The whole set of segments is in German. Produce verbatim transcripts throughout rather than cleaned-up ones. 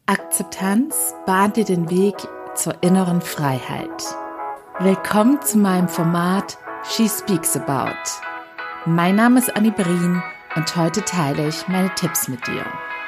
Akzeptanz bahnt dir den Weg zur inneren Freiheit. Willkommen zu meinem Format She Speaks About. Mein Name ist Annie Brien und heute teile ich meine Tipps mit dir.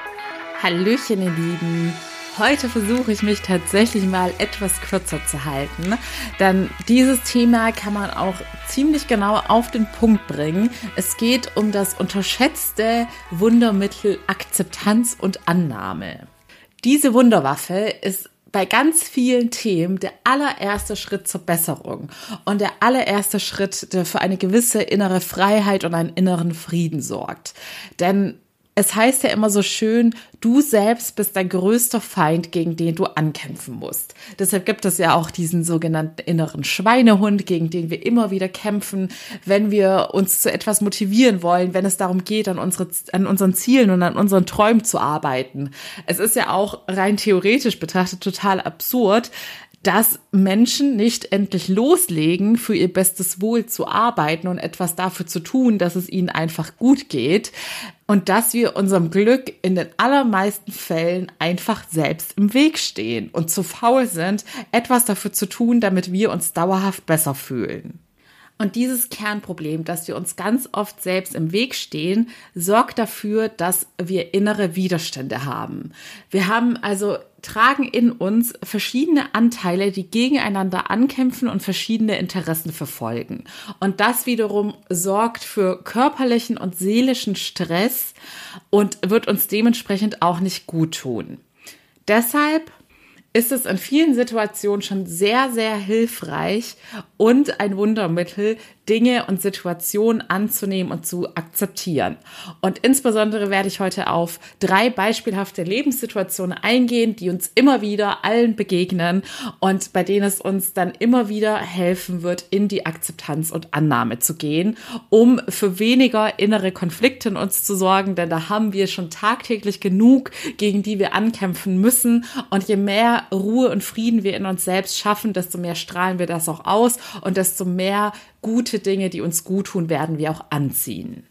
Hallöchen, ihr Lieben! Heute versuche ich mich tatsächlich mal etwas kürzer zu halten, denn dieses Thema kann man auch ziemlich genau auf den Punkt bringen. Es geht um das unterschätzte Wundermittel Akzeptanz und Annahme. Diese Wunderwaffe ist bei ganz vielen Themen der allererste Schritt zur Besserung und der allererste Schritt, der für eine gewisse innere Freiheit und einen inneren Frieden sorgt. Denn es heißt ja immer so schön, du selbst bist dein größter Feind, gegen den du ankämpfen musst. Deshalb gibt es ja auch diesen sogenannten inneren Schweinehund, gegen den wir immer wieder kämpfen, wenn wir uns zu etwas motivieren wollen, wenn es darum geht, an, unsere, an unseren Zielen und an unseren Träumen zu arbeiten. Es ist ja auch rein theoretisch betrachtet total absurd, dass Menschen nicht endlich loslegen, für ihr bestes Wohl zu arbeiten und etwas dafür zu tun, dass es ihnen einfach gut geht und dass wir unserem Glück in den allermeisten Fällen einfach selbst im Weg stehen und zu faul sind, etwas dafür zu tun, damit wir uns dauerhaft besser fühlen. Und dieses Kernproblem, dass wir uns ganz oft selbst im Weg stehen, sorgt dafür, dass wir innere Widerstände haben. Wir haben also, tragen in uns verschiedene Anteile, die gegeneinander ankämpfen und verschiedene Interessen verfolgen. Und das wiederum sorgt für körperlichen und seelischen Stress und wird uns dementsprechend auch nicht gut tun. Deshalb ist es in vielen Situationen schon sehr, sehr hilfreich und ein Wundermittel, Dinge und Situationen anzunehmen und zu akzeptieren. Und insbesondere werde ich heute auf drei beispielhafte Lebenssituationen eingehen, die uns immer wieder allen begegnen und bei denen es uns dann immer wieder helfen wird, in die Akzeptanz und Annahme zu gehen, um für weniger innere Konflikte in uns zu sorgen, denn da haben wir schon tagtäglich genug, gegen die wir ankämpfen müssen. Und je mehr Ruhe und Frieden wir in uns selbst schaffen, desto mehr strahlen wir das auch aus und desto mehr gute Dinge, die uns gut tun, werden wir auch anziehen.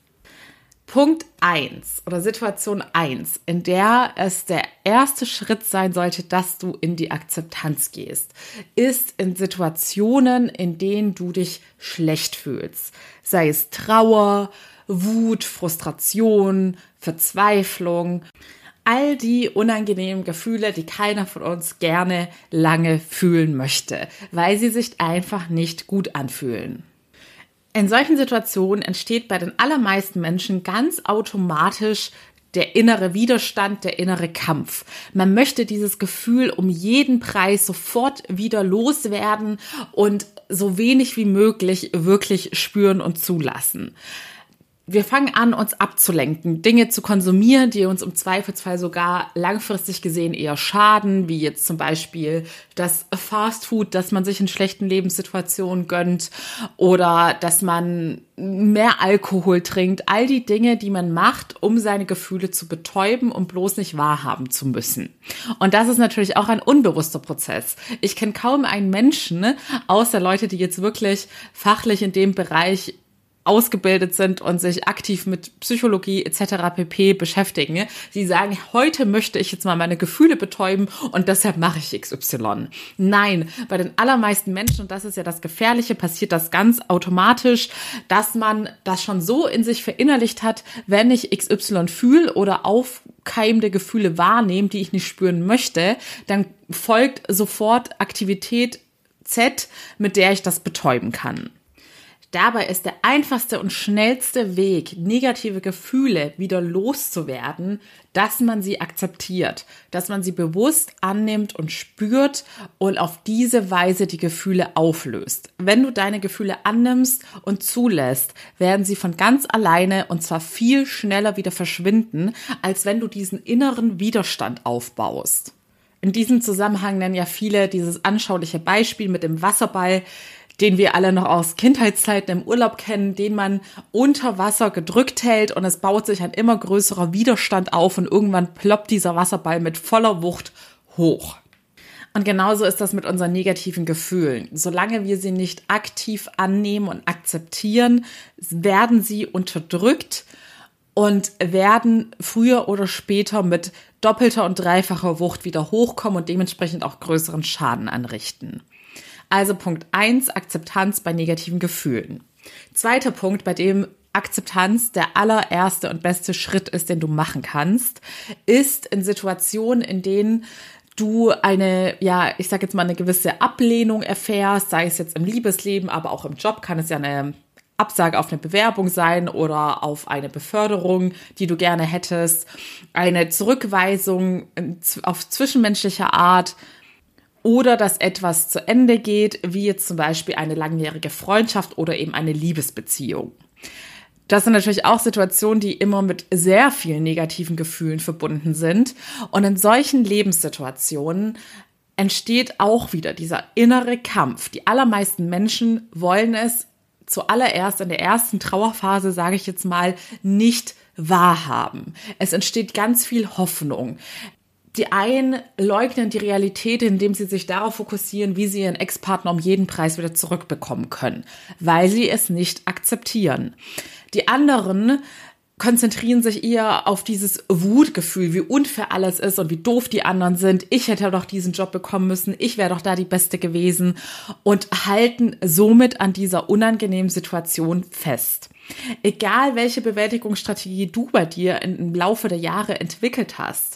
Punkt eins oder Situation eins, in der es der erste Schritt sein sollte, dass du in die Akzeptanz gehst, ist in Situationen, in denen du dich schlecht fühlst. Sei es Trauer, Wut, Frustration, Verzweiflung. All die unangenehmen Gefühle, die keiner von uns gerne lange fühlen möchte, weil sie sich einfach nicht gut anfühlen. In solchen Situationen entsteht bei den allermeisten Menschen ganz automatisch der innere Widerstand, der innere Kampf. Man möchte dieses Gefühl um jeden Preis sofort wieder loswerden und so wenig wie möglich wirklich spüren und zulassen. Wir fangen an, uns abzulenken, Dinge zu konsumieren, die uns im Zweifelsfall sogar langfristig gesehen eher schaden, wie jetzt zum Beispiel das Fastfood, das man sich in schlechten Lebenssituationen gönnt oder dass man mehr Alkohol trinkt. All die Dinge, die man macht, um seine Gefühle zu betäuben und bloß nicht wahrhaben zu müssen. Und das ist natürlich auch ein unbewusster Prozess. Ich kenne kaum einen Menschen, außer Leute, die jetzt wirklich fachlich in dem Bereich ausgebildet sind und sich aktiv mit Psychologie et cetera pp. Beschäftigen. Sie sagen, heute möchte ich jetzt mal meine Gefühle betäuben und deshalb mache ich X Y. Nein, bei den allermeisten Menschen, und das ist ja das Gefährliche, passiert das ganz automatisch, dass man das schon so in sich verinnerlicht hat, wenn ich X Y fühle oder aufkeimende Gefühle wahrnehme, die ich nicht spüren möchte, dann folgt sofort Aktivität Z, mit der ich das betäuben kann. Dabei ist der einfachste und schnellste Weg, negative Gefühle wieder loszuwerden, dass man sie akzeptiert, dass man sie bewusst annimmt und spürt und auf diese Weise die Gefühle auflöst. Wenn du deine Gefühle annimmst und zulässt, werden sie von ganz alleine und zwar viel schneller wieder verschwinden, als wenn du diesen inneren Widerstand aufbaust. In diesem Zusammenhang nennen ja viele dieses anschauliche Beispiel mit dem Wasserball, den wir alle noch aus Kindheitszeiten im Urlaub kennen, den man unter Wasser gedrückt hält und es baut sich ein immer größerer Widerstand auf und irgendwann ploppt dieser Wasserball mit voller Wucht hoch. Und genauso ist das mit unseren negativen Gefühlen. Solange wir sie nicht aktiv annehmen und akzeptieren, werden sie unterdrückt und werden früher oder später mit doppelter und dreifacher Wucht wieder hochkommen und dementsprechend auch größeren Schaden anrichten. Also Punkt eins, Akzeptanz bei negativen Gefühlen. Zweiter Punkt, bei dem Akzeptanz der allererste und beste Schritt ist, den du machen kannst, ist in Situationen, in denen du eine, ja, ich sage jetzt mal eine gewisse Ablehnung erfährst, sei es jetzt im Liebesleben, aber auch im Job kann es ja eine Absage auf eine Bewerbung sein oder auf eine Beförderung, die du gerne hättest, eine Zurückweisung auf zwischenmenschlicher Art oder dass etwas zu Ende geht, wie jetzt zum Beispiel eine langjährige Freundschaft oder eben eine Liebesbeziehung. Das sind natürlich auch Situationen, die immer mit sehr vielen negativen Gefühlen verbunden sind. Und in solchen Lebenssituationen entsteht auch wieder dieser innere Kampf. Die allermeisten Menschen wollen es zuallererst in der ersten Trauerphase, sage ich jetzt mal, nicht wahrhaben. Es entsteht ganz viel Hoffnung. Die einen leugnen die Realität, indem sie sich darauf fokussieren, wie sie ihren Ex-Partner um jeden Preis wieder zurückbekommen können, weil sie es nicht akzeptieren. Die anderen konzentrieren sich eher auf dieses Wutgefühl, wie unfair alles ist und wie doof die anderen sind. Ich hätte doch diesen Job bekommen müssen, ich wäre doch da die Beste gewesen und halten somit an dieser unangenehmen Situation fest. Egal, welche Bewältigungsstrategie du bei dir im Laufe der Jahre entwickelt hast,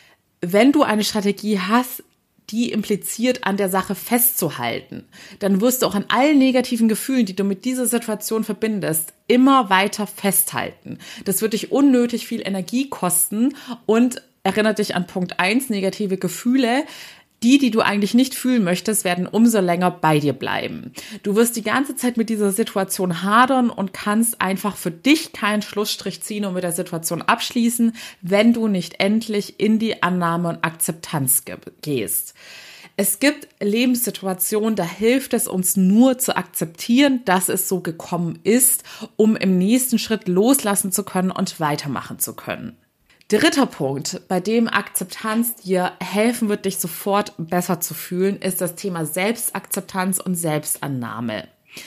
wenn du eine Strategie hast, die impliziert, an der Sache festzuhalten, dann wirst du auch an allen negativen Gefühlen, die du mit dieser Situation verbindest, immer weiter festhalten. Das wird dich unnötig viel Energie kosten und erinnert dich an Punkt eins, negative Gefühle. Die, die du eigentlich nicht fühlen möchtest, werden umso länger bei dir bleiben. Du wirst die ganze Zeit mit dieser Situation hadern und kannst einfach für dich keinen Schlussstrich ziehen und mit der Situation abschließen, wenn du nicht endlich in die Annahme und Akzeptanz ge- gehst. Es gibt Lebenssituationen, da hilft es uns nur zu akzeptieren, dass es so gekommen ist, um im nächsten Schritt loslassen zu können und weitermachen zu können. Dritter Punkt, bei dem Akzeptanz dir helfen wird, dich sofort besser zu fühlen, ist das Thema Selbstakzeptanz und Selbstannahme.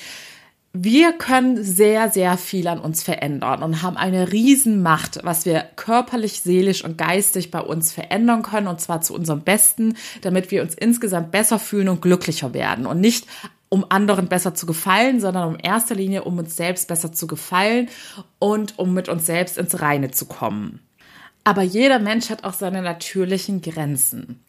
Wir können sehr, sehr viel an uns verändern und haben eine Riesenmacht, was wir körperlich, seelisch und geistig bei uns verändern können, und zwar zu unserem Besten, damit wir uns insgesamt besser fühlen und glücklicher werden und nicht um anderen besser zu gefallen, sondern in erster Linie, um uns selbst besser zu gefallen und um mit uns selbst ins Reine zu kommen. Aber jeder Mensch hat auch seine natürlichen Grenzen.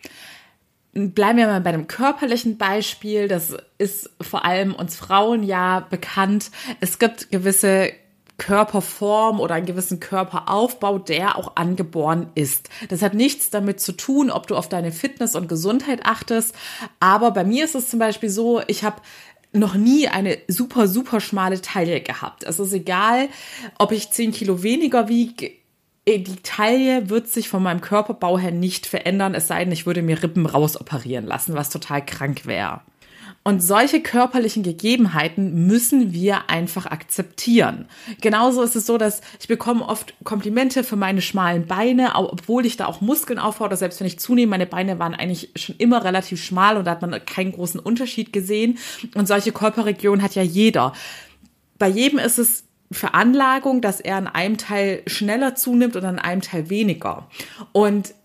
Bleiben wir mal bei dem körperlichen Beispiel. Das ist vor allem uns Frauen ja bekannt. Es gibt gewisse Körperform oder einen gewissen Körperaufbau, der auch angeboren ist. Das hat nichts damit zu tun, ob du auf deine Fitness und Gesundheit achtest. Aber bei mir ist es zum Beispiel so, ich habe noch nie eine super, super schmale Taille gehabt. Es ist egal, ob ich zehn Kilo weniger wiege. Die Taille wird sich von meinem Körperbau her nicht verändern, es sei denn, ich würde mir Rippen rausoperieren lassen, was total krank wäre. Und solche körperlichen Gegebenheiten müssen wir einfach akzeptieren. Genauso ist es so, dass ich bekomme oft Komplimente für meine schmalen Beine, obwohl ich da auch Muskeln aufbaue, oder selbst wenn ich zunehme, meine Beine waren eigentlich schon immer relativ schmal und da hat man keinen großen Unterschied gesehen. Und solche Körperregionen hat ja jeder. Bei jedem ist es Veranlagung, dass er an einem Teil schneller zunimmt und an einem Teil weniger. Und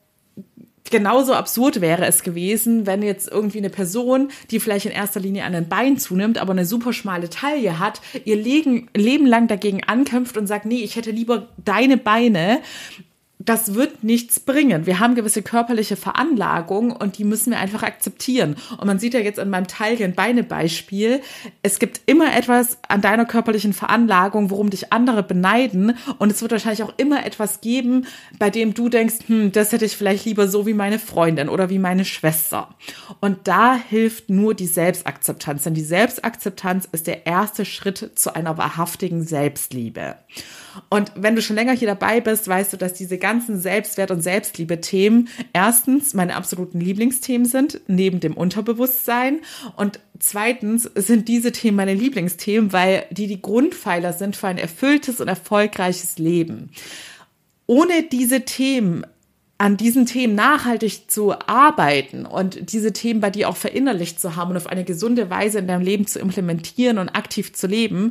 genauso absurd wäre es gewesen, wenn jetzt irgendwie eine Person, die vielleicht in erster Linie an den Beinen zunimmt, aber eine super schmale Taille hat, ihr Leben, Leben lang dagegen ankämpft und sagt, nee, ich hätte lieber deine Beine. Das wird nichts bringen. Wir haben gewisse körperliche Veranlagungen und die müssen wir einfach akzeptieren. Und man sieht ja jetzt an meinem Taillen-Beine-Beispiel, es gibt immer etwas an deiner körperlichen Veranlagung, worum dich andere beneiden. Und es wird wahrscheinlich auch immer etwas geben, bei dem du denkst, hm, das hätte ich vielleicht lieber so wie meine Freundin oder wie meine Schwester. Und da hilft nur die Selbstakzeptanz. Denn die Selbstakzeptanz ist der erste Schritt zu einer wahrhaftigen Selbstliebe. Und wenn du schon länger hier dabei bist, weißt du, dass diese ganzen Selbstwert- und Selbstliebe-Themen erstens meine absoluten Lieblingsthemen sind, neben dem Unterbewusstsein. Und zweitens sind diese Themen meine Lieblingsthemen, weil die die Grundpfeiler sind für ein erfülltes und erfolgreiches Leben. Ohne diese Themen, an diesen Themen nachhaltig zu arbeiten und diese Themen bei dir auch verinnerlicht zu haben und auf eine gesunde Weise in deinem Leben zu implementieren und aktiv zu leben,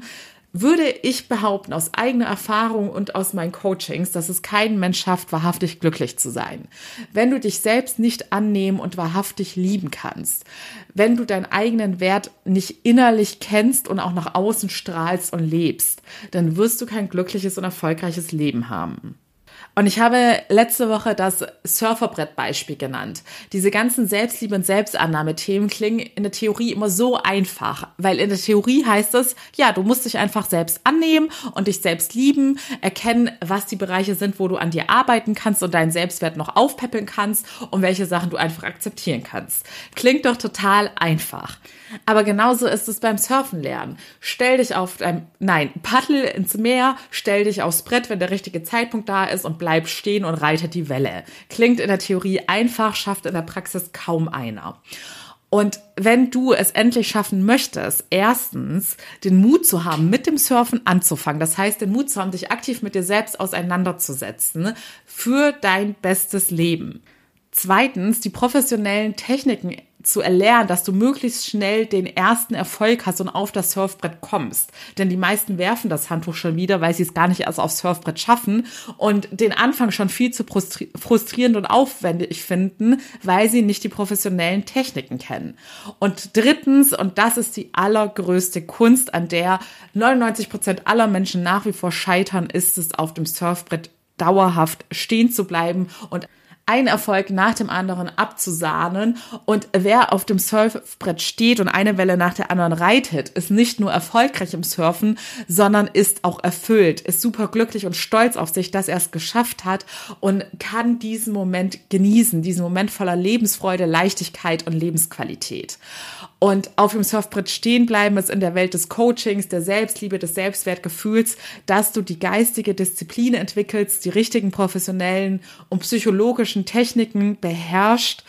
würde ich behaupten, aus eigener Erfahrung und aus meinen Coachings, dass es kein Mensch schafft, wahrhaftig glücklich zu sein. Wenn du dich selbst nicht annehmen und wahrhaftig lieben kannst, wenn du deinen eigenen Wert nicht innerlich kennst und auch nach außen strahlst und lebst, dann wirst du kein glückliches und erfolgreiches Leben haben. Und ich habe letzte Woche das Surferbrett-Beispiel genannt. Diese ganzen Selbstliebe- und Selbstannahme-Themen klingen in der Theorie immer so einfach, weil in der Theorie heißt es, ja, du musst dich einfach selbst annehmen und dich selbst lieben, erkennen, was die Bereiche sind, wo du an dir arbeiten kannst und deinen Selbstwert noch aufpäppeln kannst und welche Sachen du einfach akzeptieren kannst. Klingt doch total einfach. Aber genauso ist es beim Surfen lernen. Stell dich auf dein, nein, paddel ins Meer, stell dich aufs Brett, wenn der richtige Zeitpunkt da ist und bleib stehen und reite die Welle. Klingt in der Theorie einfach, schafft in der Praxis kaum einer. Und wenn du es endlich schaffen möchtest, erstens den Mut zu haben, mit dem Surfen anzufangen, das heißt, den Mut zu haben, dich aktiv mit dir selbst auseinanderzusetzen für dein bestes Leben. Zweitens, die professionellen Techniken zu erlernen, dass du möglichst schnell den ersten Erfolg hast und auf das Surfbrett kommst. Denn die meisten werfen das Handtuch schon wieder, weil sie es gar nicht erst aufs Surfbrett schaffen und den Anfang schon viel zu frustrierend und aufwendig finden, weil sie nicht die professionellen Techniken kennen. Und drittens, und das ist die allergrößte Kunst, an der neunundneunzig Prozent aller Menschen nach wie vor scheitern, ist es, auf dem Surfbrett dauerhaft stehen zu bleiben und ein Erfolg nach dem anderen abzusahnen. Und wer auf dem Surfbrett steht und eine Welle nach der anderen reitet, ist nicht nur erfolgreich im Surfen, sondern ist auch erfüllt, ist super glücklich und stolz auf sich, dass er es geschafft hat und kann diesen Moment genießen, diesen Moment voller Lebensfreude, Leichtigkeit und Lebensqualität. Und auf dem Surfbrett stehen bleiben ist in der Welt des Coachings, der Selbstliebe, des Selbstwertgefühls, dass du die geistige Disziplin entwickelst, die richtigen professionellen und psychologischen Techniken beherrscht,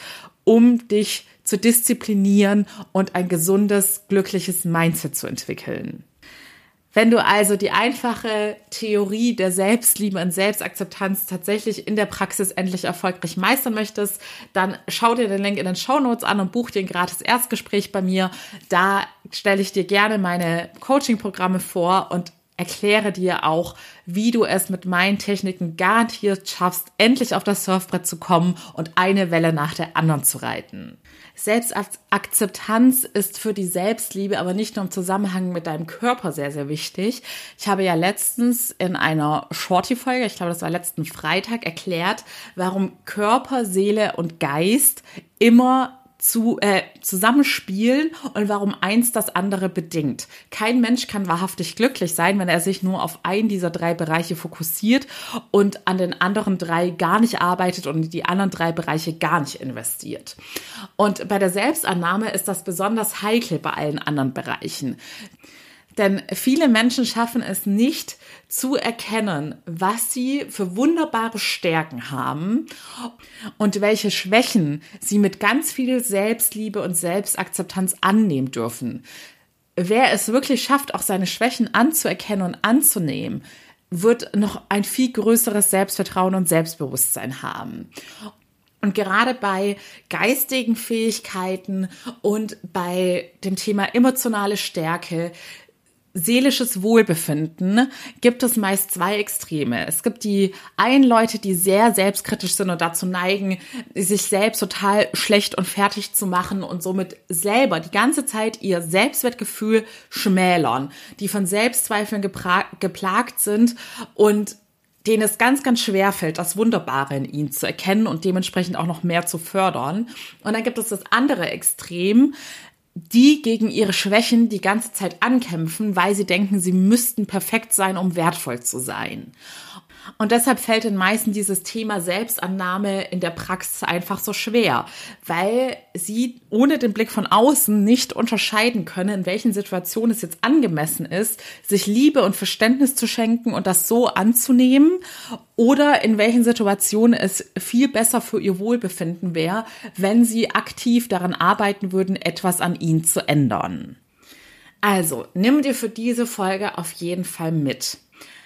um dich zu disziplinieren und ein gesundes, glückliches Mindset zu entwickeln. Wenn du also die einfache Theorie der Selbstliebe und Selbstakzeptanz tatsächlich in der Praxis endlich erfolgreich meistern möchtest, dann schau dir den Link in den Shownotes an und buch dir ein gratis Erstgespräch bei mir. Da stelle ich dir gerne meine Coaching-Programme vor und erkläre dir auch, wie du es mit meinen Techniken garantiert schaffst, endlich auf das Surfbrett zu kommen und eine Welle nach der anderen zu reiten. Selbstakzeptanz ist für die Selbstliebe aber nicht nur im Zusammenhang mit deinem Körper sehr, sehr wichtig. Ich habe ja letztens in einer Shorty-Folge, ich glaube, das war letzten Freitag, erklärt, warum Körper, Seele und Geist immer zu äh, zusammenspielen und warum eins das andere bedingt. Kein Mensch kann wahrhaftig glücklich sein, wenn er sich nur auf einen dieser drei Bereiche fokussiert und an den anderen drei gar nicht arbeitet und in die anderen drei Bereiche gar nicht investiert. Und bei der Selbstannahme ist das besonders heikel bei allen anderen Bereichen. Denn viele Menschen schaffen es nicht zu erkennen, was sie für wunderbare Stärken haben und welche Schwächen sie mit ganz viel Selbstliebe und Selbstakzeptanz annehmen dürfen. Wer es wirklich schafft, auch seine Schwächen anzuerkennen und anzunehmen, wird noch ein viel größeres Selbstvertrauen und Selbstbewusstsein haben. Und gerade bei geistigen Fähigkeiten und bei dem Thema emotionale Stärke, seelisches Wohlbefinden gibt es meist zwei Extreme. Es gibt die einen Leute, die sehr selbstkritisch sind und dazu neigen, sich selbst total schlecht und fertig zu machen und somit selber die ganze Zeit ihr Selbstwertgefühl schmälern, die von Selbstzweifeln gepra- geplagt sind und denen es ganz, ganz schwer fällt, das Wunderbare in ihnen zu erkennen und dementsprechend auch noch mehr zu fördern. Und dann gibt es das andere Extrem, die gegen ihre Schwächen die ganze Zeit ankämpfen, weil sie denken, sie müssten perfekt sein, um wertvoll zu sein. Und deshalb fällt den meisten dieses Thema Selbstannahme in der Praxis einfach so schwer, weil sie ohne den Blick von außen nicht unterscheiden können, in welchen Situationen es jetzt angemessen ist, sich Liebe und Verständnis zu schenken und das so anzunehmen oder in welchen Situationen es viel besser für ihr Wohlbefinden wäre, wenn sie aktiv daran arbeiten würden, etwas an ihnen zu ändern. Also, nimm dir für diese Folge auf jeden Fall mit.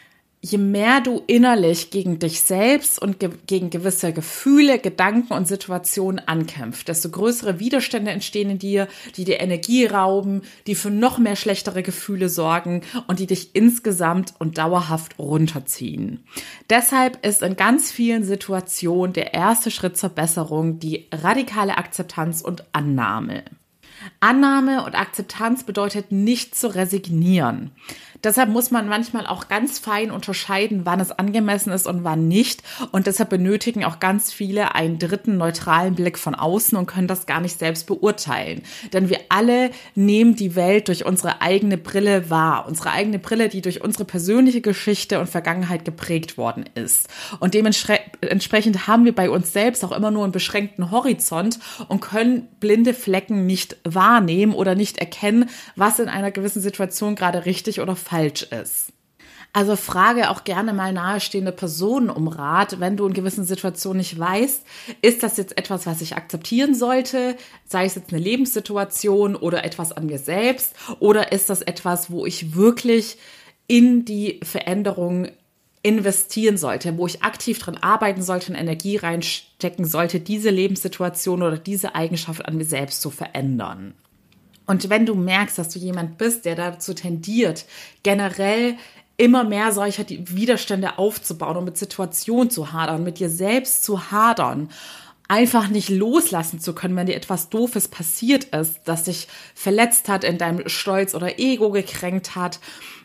je mehr du innerlich gegen dich selbst und ge- gegen gewisse Gefühle, Gedanken und Situationen ankämpfst, desto größere Widerstände entstehen in dir, die dir Energie rauben, die für noch mehr schlechtere Gefühle sorgen und die dich insgesamt und dauerhaft runterziehen. Deshalb ist in ganz vielen Situationen der erste Schritt zur Besserung die radikale Akzeptanz und Annahme. Annahme und Akzeptanz bedeutet nicht zu resignieren. Deshalb muss man manchmal auch ganz fein unterscheiden, wann es angemessen ist und wann nicht. Und deshalb benötigen auch ganz viele einen dritten neutralen Blick von außen und können das gar nicht selbst beurteilen. Denn wir alle nehmen die Welt durch unsere eigene Brille wahr. Unsere eigene Brille, die durch unsere persönliche Geschichte und Vergangenheit geprägt worden ist. Und dementsprechend haben wir bei uns selbst auch immer nur einen beschränkten Horizont und können blinde Flecken nicht wahrnehmen oder nicht erkennen, was in einer gewissen Situation gerade richtig oder falsch ist. Also frage auch gerne mal nahestehende Personen um Rat, wenn du in gewissen Situationen nicht weißt, ist das jetzt etwas, was ich akzeptieren sollte, sei es jetzt eine Lebenssituation oder etwas an mir selbst, oder ist das etwas, wo ich wirklich in die Veränderung investieren sollte, wo ich aktiv dran arbeiten sollte und Energie reinstecken sollte, diese Lebenssituation oder diese Eigenschaft an mir selbst zu verändern. Und wenn du merkst, dass du jemand bist, der dazu tendiert, generell immer mehr solcher Widerstände aufzubauen und mit Situationen zu hadern, mit dir selbst zu hadern, einfach nicht loslassen zu können, wenn dir etwas Doofes passiert ist, das dich verletzt hat, in deinem Stolz oder Ego gekränkt hat,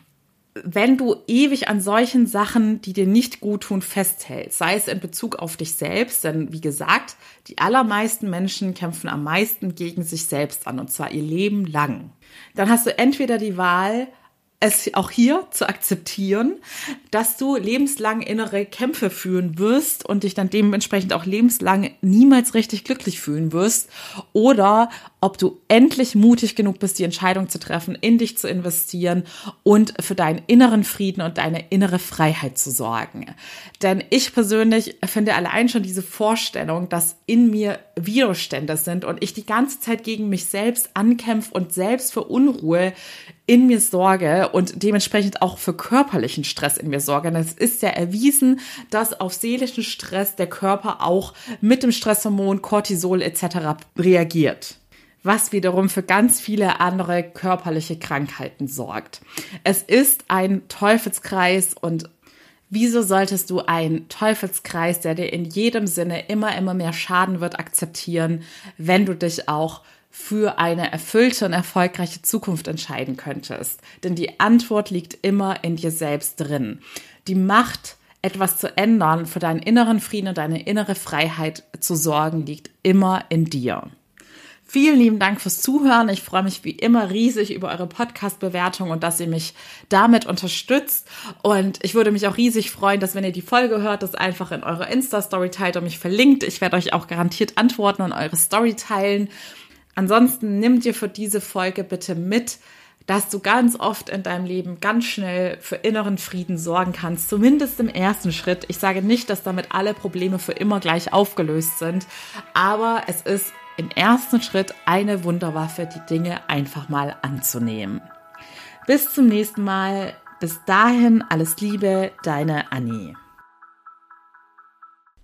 wenn du ewig an solchen Sachen, die dir nicht gut tun, festhältst, sei es in Bezug auf dich selbst, denn wie gesagt, die allermeisten Menschen kämpfen am meisten gegen sich selbst an, und zwar ihr Leben lang, dann hast du entweder die Wahl, es auch hier zu akzeptieren, dass du lebenslang innere Kämpfe führen wirst und dich dann dementsprechend auch lebenslang niemals richtig glücklich fühlen wirst, oder ob du endlich mutig genug bist, die Entscheidung zu treffen, in dich zu investieren und für deinen inneren Frieden und deine innere Freiheit zu sorgen. Denn ich persönlich finde allein schon diese Vorstellung, dass in mir Widerstände sind und ich die ganze Zeit gegen mich selbst ankämpfe und selbst für Unruhe in mir sorge und dementsprechend auch für körperlichen Stress in mir sorge. Und es ist ja erwiesen, dass auf seelischen Stress der Körper auch mit dem Stresshormon Cortisol et cetera reagiert, was wiederum für ganz viele andere körperliche Krankheiten sorgt. Es ist ein Teufelskreis, und wieso solltest du einen Teufelskreis, der dir in jedem Sinne immer, immer mehr schaden wird, akzeptieren, wenn du dich auch für eine erfüllte und erfolgreiche Zukunft entscheiden könntest? Denn die Antwort liegt immer in dir selbst drin. Die Macht, etwas zu ändern, für deinen inneren Frieden und deine innere Freiheit zu sorgen, liegt immer in dir. Vielen lieben Dank fürs Zuhören. Ich freue mich wie immer riesig über eure Podcast-Bewertung und dass ihr mich damit unterstützt. Und ich würde mich auch riesig freuen, dass, wenn ihr die Folge hört, das einfach in eurer Insta-Story teilt und mich verlinkt. Ich werde euch auch garantiert antworten und eure Story teilen. Ansonsten nimm dir für diese Folge bitte mit, dass du ganz oft in deinem Leben ganz schnell für inneren Frieden sorgen kannst, zumindest im ersten Schritt. Ich sage nicht, dass damit alle Probleme für immer gleich aufgelöst sind, aber es ist im ersten Schritt eine Wunderwaffe, die Dinge einfach mal anzunehmen. Bis zum nächsten Mal. Bis dahin alles Liebe, deine Anni.